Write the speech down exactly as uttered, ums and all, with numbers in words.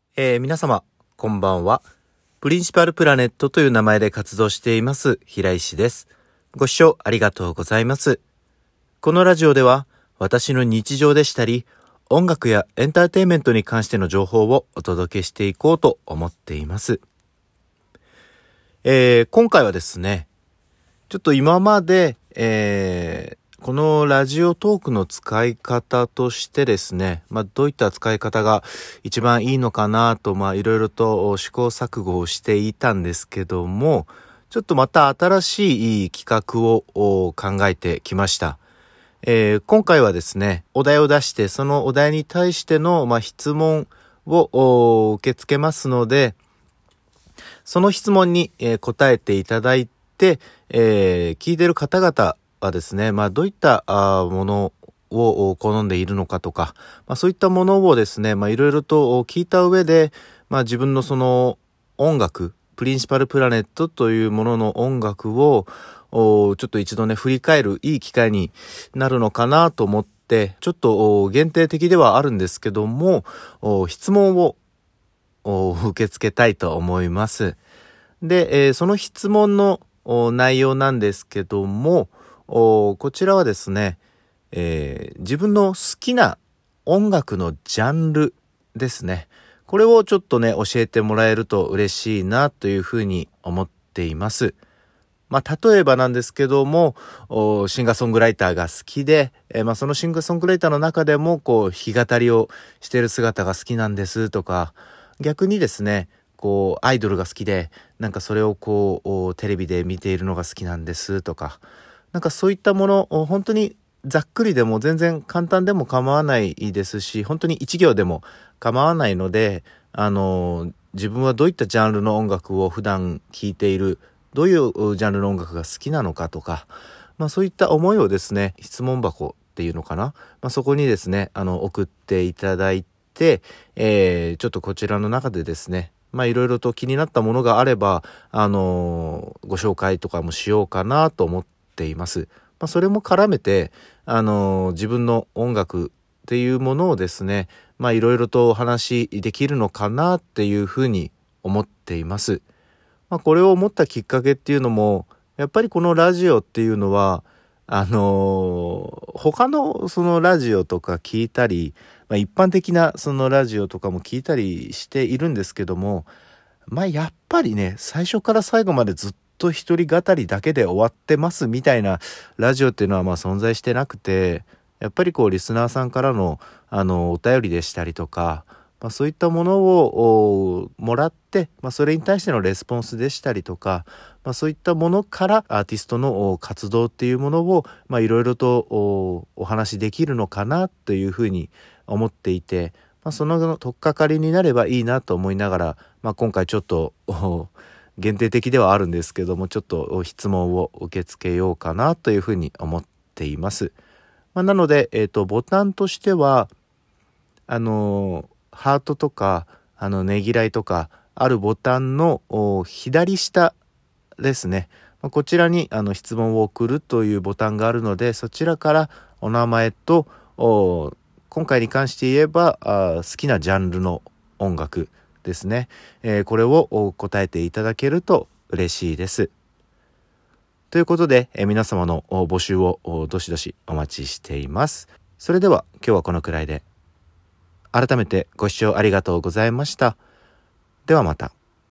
えー皆様、こんばんは。プリンシパルプラネットという名前で活動しています平石です。ご視聴ありがとうございます。このラジオでは私の日常でしたり、音楽やエンターテインメントに関しての情報をお届けしていこうと思っています。えー今回はですね、ちょっと今まで、えーこのラジオトークの使い方としてですね、まあどういった使い方が一番いいのかなと、まあいろいろと試行錯誤をしていたんですけども、ちょっとまた新しい企画をお考えてきました。えー今回はですね、お題を出して、そのお題に対しての、まあ、質問をお受け付けますので、その質問に、えー答えていただいて、えー聞いている方々はですね、まあどういったあーものを好んでいるのかとか、まあそういったものをですね、まあいろいろと聞いた上で、まあ自分のその音楽、プリンシパルプラネットというものの音楽をおちょっと一度ね、振り返るいい機会になるのかなと思って、ちょっとお限定的ではあるんですけども、お質問をお受け付けたいと思います。で、えーその質問のお内容なんですけども、おこちらはですね、えー自分の好きな音楽のジャンルですね。これをちょっとね、教えてもらえると嬉しいなというふうに思っています。まあ、例えばなんですけども、おシンガーソングライターが好きで、えーまあ、そのシンガーソングライターの中でも、こう、弾き語りをしている姿が好きなんですとか、逆にですね、こう、アイドルが好きで、なんかそれをこう、おテレビで見ているのが好きなんですとか、なんかそういったものを本当にざっくりでも全然簡単でも構わないですし、本当に一行でも構わないので、あの、自分はどういったジャンルの音楽を普段聴いている、どういうジャンルの音楽が好きなのかとか、まあそういった思いをですね、質問箱っていうのかな、まあそこにですね、あの、送っていただいて、えー、ちょっとこちらの中でですね、まあいろいろと気になったものがあれば、あのーご紹介とかもしようかなと思っています。まあそれも絡めて、あのー自分の音楽っていうものをですね、まあいろいろとお話しできるのかなっていうふうに思っています。まあこれを思ったきっかけっていうのも、やっぱりこのラジオっていうのは、あのー他のそのラジオとか聞いたり、まあ、一般的なそのラジオとかも聞いたりしているんですけども、まあやっぱりね、最初から最後までずっと一人語りだけで終わってますみたいなラジオっていうのはまあ存在してなくて、やっぱりこうリスナーさんからのあのお便りでしたりとか、まあ、そういったものをおもらって、まあ、それに対してのレスポンスでしたりとか、まあ、そういったものからアーティストのお活動っていうものをまあいろいろとおお話しできるのかなというふうに思っていて、まあ、その取っかかりになればいいなと思いながら、まあ、今回ちょっとお限定的ではあるんですけども、ちょっと質問を受け付けようかなというふうに思っています。まあ、なので、えーと、ボタンとしては、あのーハートとか、あの、ねぎらいとか、あるボタンのお左下ですね。まあこちらにあの質問を送るというボタンがあるので、そちらからお名前と、お今回に関して言えばあ好きなジャンルの音楽ですね。えーこれをお答えていただけると嬉しいです。ということで、えー皆様のお募集をおどしどしお待ちしています。それでは今日はこのくらいで。改めてご視聴ありがとうございました。ではまた。